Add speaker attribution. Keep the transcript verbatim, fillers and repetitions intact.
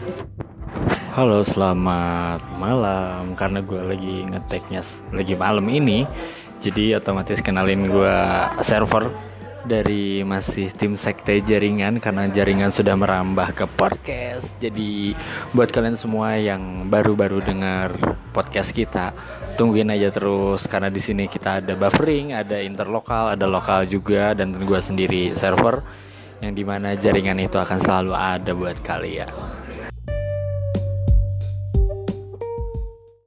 Speaker 1: Halo, selamat malam. Karena gue lagi ngeteknya s- lagi malam ini, jadi otomatis kenalin gue server dari masih tim sekte jaringan karena jaringan sudah merambah ke podcast. Jadi buat kalian semua yang baru-baru dengar podcast kita, tungguin aja terus karena di sini kita ada buffering, ada interlokal, ada lokal juga dan gue sendiri server yang dimana jaringan itu akan selalu ada buat kalian.